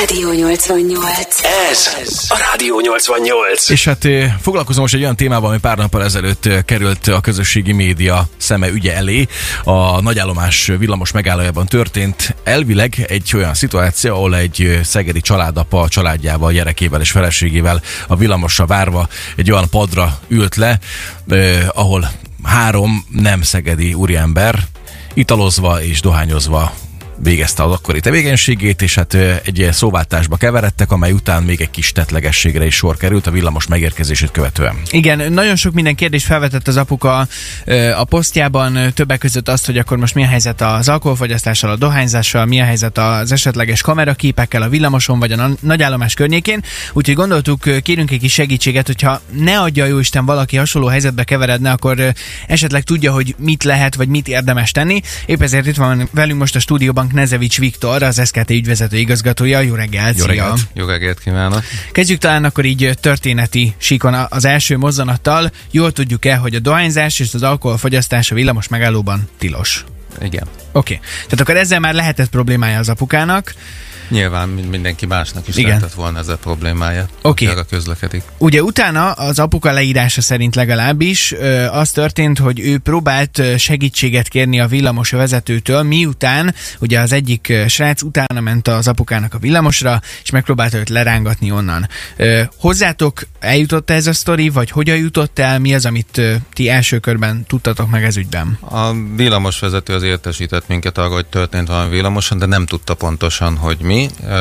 Rádió 88. Ez a Rádió 88. És hát foglalkozom most egy olyan témával, ami pár nappal ezelőtt került a közösségi média szeme ügye elé. A nagyállomás villamos megállójában történt elvileg egy olyan szituáció, ahol egy szegedi családapa családjával, gyerekével és feleségével a villamosra várva egy olyan padra ült le, ahol 3 nem szegedi úriember italozva és dohányozva végezte az akkori tevékenységét, és hát egy szóváltásba keveredtek, amely után még egy kis tettlegességre is sor került a villamos megérkezését követően. Igen, nagyon sok minden kérdést felvetett az apuka a posztjában, többek között azt, hogy akkor most mi a helyzet az alkoholfogyasztással, a dohányzással, mi a helyzet az esetleges kameraképekkel a villamoson vagy a nagyállomás környékén, úgyhogy gondoltuk, kérünk egy kis segítséget, hogyha ne adja jóisten valaki hasonló helyzetbe keveredne, akkor esetleg tudja, hogy mit lehet, vagy mit érdemes tenni. Épp ezért itt van velünk most a stúdióban Knezevics Viktor, az SKT ügyvezető igazgatója. Jó reggelt! Jó reggelt! Jó reggelt kívánok! Kezdjük talán akkor így történeti síkon az első mozzanattal. Jól tudjuk-e, hogy a dohányzás és az alkoholfogyasztás a villamos megállóban tilos? Igen. Oké. Tehát akkor ezzel már lehetett problémája az apukának. Nyilván mindenki másnak is lehetett volna ezzel problémája. Oké. Arra közlekedik. Ugye utána az apuka leírása szerint legalábbis az történt, hogy ő próbált segítséget kérni a villamos vezetőtől, miután ugye az egyik srác utána ment az apukának a villamosra, és megpróbálta őt lerángatni onnan. Hozzátok eljutott ez a sztori, vagy hogyan jutott el? Mi az, amit ti első körben tudtatok meg ez ügyben? A villamos vezető az értesített minket arra, hogy történt valami villamoson, de nem tudta pontosan, hogy mi.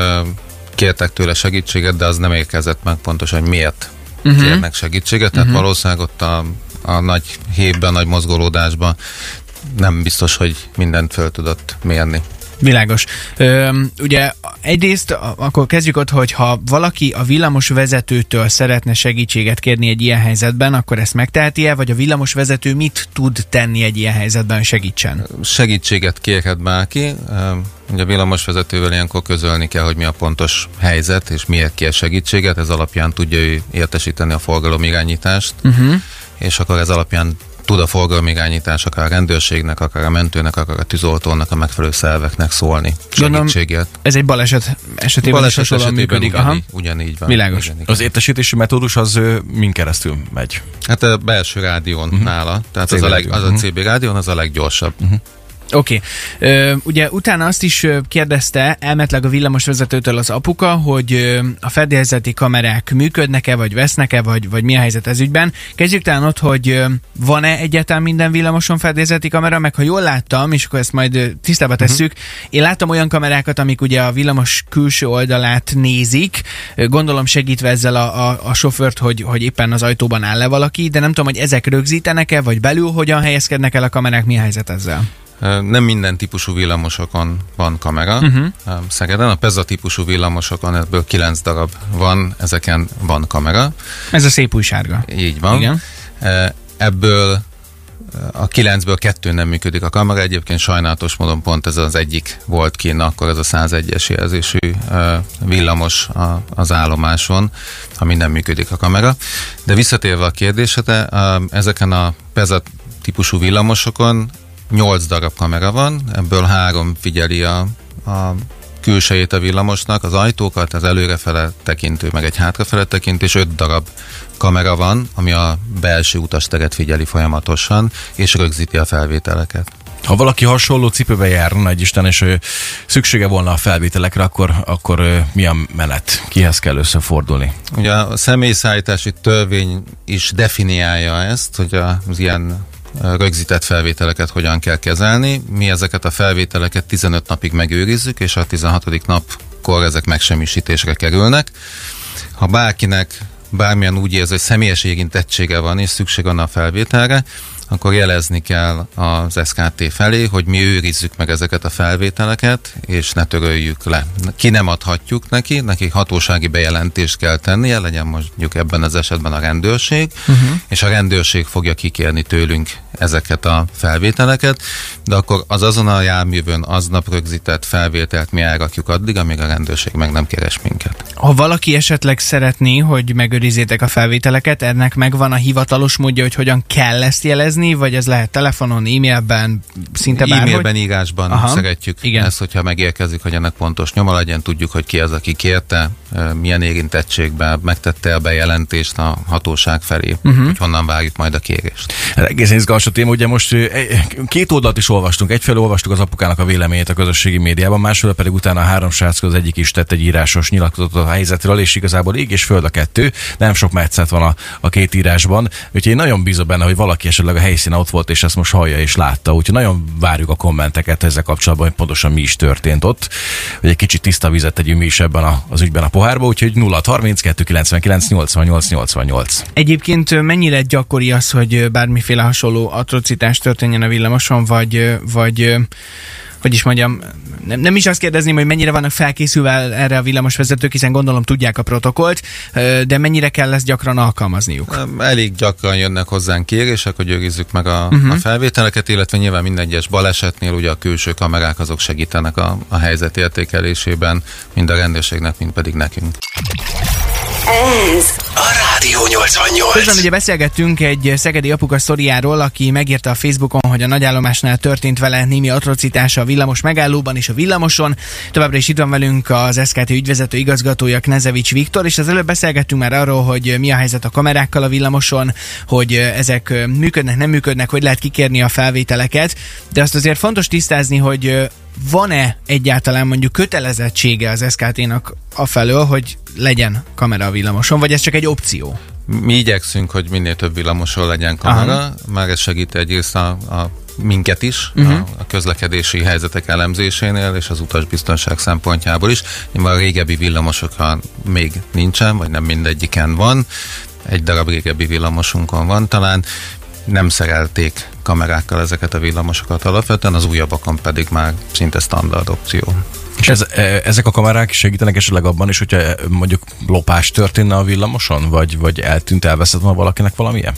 Kértek tőle segítséget, de az nem érkezett meg pontosan, hogy miért kérnek segítséget. Tehát valószínűleg ott a nagy hévben, nagy mozgolódásban nem biztos, hogy mindent föl tudott mérni. Világos. Ugye egyrészt akkor kezdjük ott, hogy ha valaki a villamos vezetőtől szeretne segítséget kérni egy ilyen helyzetben, akkor ezt megteheti-e, vagy a villamos vezető mit tud tenni egy ilyen helyzetben, hogy segítsen? Segítséget kérhet bárki. Ugye a villamosvezetővel ilyenkor közölni kell, hogy mi a pontos helyzet, és miért kér segítséget. Ez alapján tudja ő értesíteni a forgalomirányítást, és akkor ez alapján tud a forgalomirányítás akár a rendőrségnek, akár a mentőnek, akár a tűzoltónak, a megfelelő szerveknek szólni segítséget. Ez egy baleset esetében is hasonlóan működik. Ugyanígy van. Világos. Ugyanígy. Az értesítési metódus az min keresztül megy? Hát a belső rádión nála, tehát az a CB rádión az a leggyorsabb. Oké. Ugye utána azt is kérdezte elméletileg a villamosvezetőtől az apuka, hogy a fedélzeti kamerák működnek-e, vagy vesznek-e, vagy mi a helyzet ez ügyben. Kezdjük talán ott, hogy van-e egyáltalán minden villamoson fedélzeti kamera, meg ha jól láttam, és akkor ezt majd tisztába tesszük, én láttam olyan kamerákat, amik ugye a villamos külső oldalát nézik, gondolom segítve ezzel a sofőrt, hogy éppen az ajtóban áll-e valaki, de nem tudom, hogy ezek rögzítenek-e, vagy belül hogyan helyezkednek el a kamerák, mi a helyzet ezzel? Nem minden típusú villamosokon van kamera. Szegeden a PEZA típusú villamosokon ebből 9 darab van, ezeken van kamera. Ez a szép új sárga. Így van. Igen. Ebből a 9-ből 2 nem működik a kamera. Egyébként sajnálatos módon pont ez az egyik volt kint, akkor ez a 101-es jelzésű villamos az állomáson, ami nem működik a kamera. De visszatérve a kérdésre, ezeken a PEZA típusú villamosokon 8 darab kamera van, ebből 3 figyeli a külsejét a villamosnak, az ajtókat, az előrefele tekintő, meg egy hátrafele tekintő, és 5 darab kamera van, ami a belső utasteret figyeli folyamatosan, és rögzíti a felvételeket. Ha valaki hasonló cipőbe járna, nagyisten, és szüksége volna a felvételekre, akkor mi a menet? Kihez kell összefordulni? Ugye a személyszállítási törvény is definiálja ezt, hogy az ilyen rögzített felvételeket hogyan kell kezelni. Mi ezeket a felvételeket 15 napig megőrizzük, és a 16. napkor ezek megsemmisítésre kerülnek. Ha bárkinek bármilyen úgy érzi, hogy személyes érintettsége van, és szükség van a felvételre, akkor jelezni kell az SKT felé, hogy mi őrizzük meg ezeket a felvételeket, és ne töröljük le. Ki nem adhatjuk neki hatósági bejelentést kell tennie, legyen mondjuk ebben az esetben a rendőrség, és a rendőrség fogja kikérni tőlünk ezeket a felvételeket, de akkor az azon a járművön aznap rögzített felvételt mi elrakjuk addig, amíg a rendőrség meg nem keres minket. Ha valaki esetleg szeretné, hogy megőrizzétek a felvételeket, ennek megvan a hivatalos módja, hogy hogyan kell ezt jelezni, jelezni, vagy ez lehet telefonon, e-mailben, szinte bárhogy? E-mailben, írásban szeretjük ezt, hogyha megérkezik, hogy ennek pontos nyoma legyen, tudjuk, hogy ki az, aki kérte, milyen érintettségben megtette a bejelentést a hatóság felé, hogy honnan várjuk majd a kérést. Egészen izgalmas a téma, ugye most két oldalt is olvastunk. Egyfelől olvastuk az apukának a véleményét a közösségi médiában, másfelől pedig utána a három srác az egyik is tett egy írásos nyilatkozatot a helyzetről, és igazából ég és föld a kettő, nem sok metszet van a két írásban, úgyhogy én nagyon bízom benne, hogy valaki esetleg a helyszínen ott volt, és ezt most hallja és látta, úgyhogy nagyon várjuk a kommenteket ezzel kapcsolatban, hogy pontosan mi is történt ott, hogy egy kicsit tiszta vizet tegyünk mi is ebben az ügyben a pohárba, úgyhogy 0-32 99 88 88. Egyébként mennyire gyakori az, hogy bármiféle hasonló atrocitás történjen a villamoson, vagyis mondjam, nem is azt kérdezném, hogy mennyire vannak felkészülve erre a villamosvezetők, hiszen gondolom tudják a protokollt, de mennyire kell ezt gyakran alkalmazniuk? Elég gyakran jönnek hozzánk kérések, hogy őrizzük meg a felvételeket, illetve nyilván minden egyes balesetnél ugye a külső kamerák azok segítenek a helyzet értékelésében, mind a rendőrségnek, mind pedig nekünk. Ez a Rádió 88. Közben ugye beszélgettünk egy szegedi apuka sztoriáról, aki megírta a Facebookon, hogy a nagyállomásnál történt vele némi atrocitása a villamos megállóban és a villamoson. Továbbra is itt van velünk az SKT ügyvezető igazgatója, Knezevics Viktor, és az előbb beszélgettünk már arról, hogy mi a helyzet a kamerákkal a villamoson, hogy ezek működnek, nem működnek, hogy lehet kikérni a felvételeket, de azt azért fontos tisztázni, hogy van-e egyáltalán mondjuk kötelezettsége az SKT-nak afelől, hogy legyen kamera a villamoson, vagy ez csak egy opció? Mi igyekszünk, hogy minél több villamoson legyen kamera, már ez segít egyrészt minket is, a közlekedési helyzetek elemzésénél, és az utasbiztonság szempontjából is. Nyilván a régebbi villamosokra még nincsen, vagy nem mindegyiken van. Egy darab régebbi villamosunkon van talán. Nem szerelték kamerákkal ezeket a villamosokat alapvetően, az újabbakon pedig már szinte standard opció. És ezek a kamerák segítenek esetleg abban is, hogyha mondjuk lopás történne a villamoson, vagy eltűnt, elveszett volna valakinek valamilyen?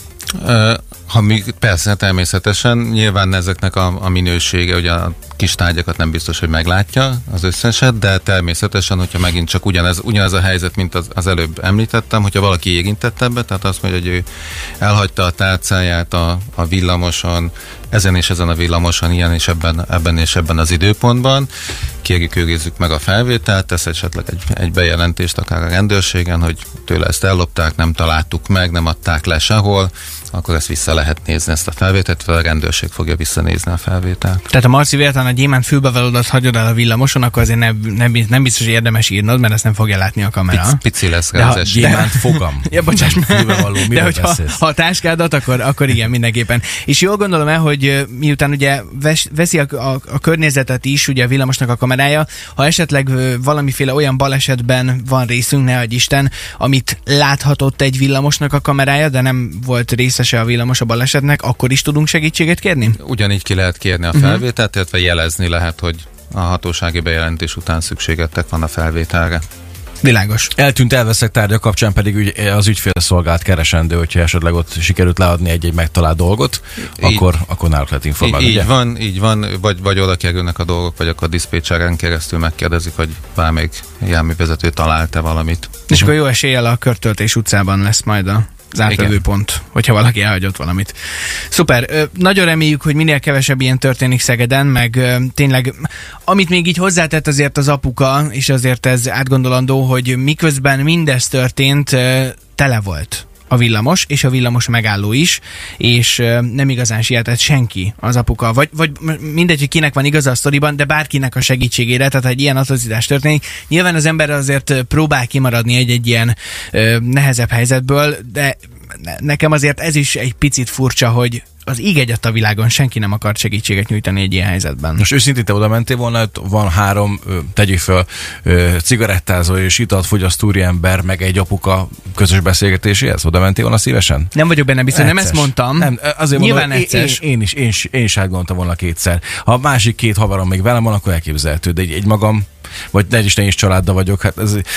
Persze, természetesen. Nyilván ezeknek a minősége, ugye a kis tárgyakat nem biztos, hogy meglátja az összeset, de természetesen, hogyha megint csak ugyanez a helyzet, mint az előbb említettem, hogyha valaki érintett ebbe, tehát azt mondja, hogy ő elhagyta a tárcáját a villamoson, ezen és ezen a villamoson, ilyen és ebben és ebben az időpontban, kérjük, őrizzük meg a felvételt, tesz esetleg egy bejelentést akár a rendőrségen, hogy tőle ezt ellopták, nem találtuk meg, nem adták le sehol, akkor ezt vissza lehet nézni, ezt a felvételt, a rendőrség fogja visszanézni a felvételt. Tehát a Marci véletlen a gyémánt fülbevalódat hagyod el a villamoson, akkor azért nem biztos, hogy érdemes írnod, mert ezt nem fogja látni a kamera. Pici lesz rá az esély. Gyémánt fogam. Ja, bocsáss, Fülbevaló, de hogyha a táskádat, akkor igen, mindenképpen. És jól gondolom el, hogy miután ugye veszi a környezetet is, ugye a villamosnak a kamerája, ha esetleg valamiféle olyan balesetben van részünk, ne adj Isten, amit láthatott egy villamosnak a kamerája, de nem volt részese a villamos a balesetnek, akkor is tudunk segítséget kérni? Ugyanígy ki lehet kérni a felvételt, illetve jelezni lehet, hogy a hatósági bejelentés után szükségetek van a felvételre. Világos. Eltűnt, elveszett tárgyak kapcsán pedig az ügyfélszolgálat keresendő, hogyha esetleg ott sikerült leadni egy megtalált dolgot, akkor náluk lehet informálni. Így van, vagy oda kerülnek a dolgok, vagy akkor a diszpécseren keresztül megkérdezik, hogy bármelyik járművezető talált-e valamit. És akkor jó eséllyel a Körtöltés utcában lesz majd az átlövő pont, hogyha valaki elhagyott valamit. Szuper. Nagyon reméljük, hogy minél kevesebb ilyen történik Szegeden, meg tényleg, amit még így hozzátett azért az apuka, és azért ez átgondolandó, hogy miközben mindez történt, tele volt a villamos, és a villamos megálló is, és nem igazán sietett senki az apuka. Vagy mindegy, hogy kinek van igaza a sztoriban, de bárkinek a segítségére, tehát ha egy ilyen atrocitás történik, nyilván az ember azért próbál kimaradni egy ilyen nehezebb helyzetből, de nekem azért ez is egy picit furcsa, hogy az íg-egyet a világon senki nem akart segítséget nyújtani egy ilyen helyzetben. Most őszintén te oda mentél volna, van 3, tegyük föl, cigarettázó és italt fogyasztó úriember, meg egy apuka közös beszélgetéséhez? Oda mentél volna szívesen? Nem vagyok benne biztos, nem ezt mondtam. Nem, azért nyilván mondom, én is átgondoltam volna kétszer. Ha a másik 2 haverom még velem van, akkor elképzelhető, de egy magam, vagy ne is családdal vagyok, hát ez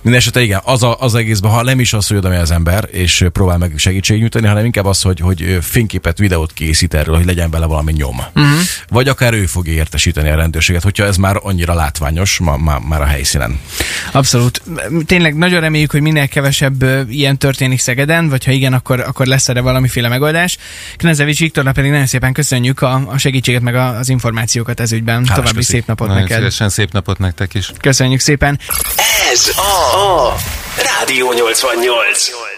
Mindenesetre igen, az egészben, ha nem is az, hogy oda megy az ember, és próbál meg segítséget nyújtani, hanem inkább az, hogy fényképet, videót készít erről, hogy legyen bele valami nyom. Vagy akár ő fogja értesíteni a rendőrséget, hogyha ez már annyira látványos, már a helyszínen. Abszolút. Tényleg nagyon reméljük, hogy minél kevesebb ilyen történik Szegeden, vagy ha igen, akkor lesz erre valamiféle megoldás. Knezevics Viktornak pedig nagyon szépen köszönjük a segítséget, meg az információkat ez ügyben. További szép napot nagyon neked. Szívesen szép napot nektek is. Köszönjük szépen. Ez a Rádió 88.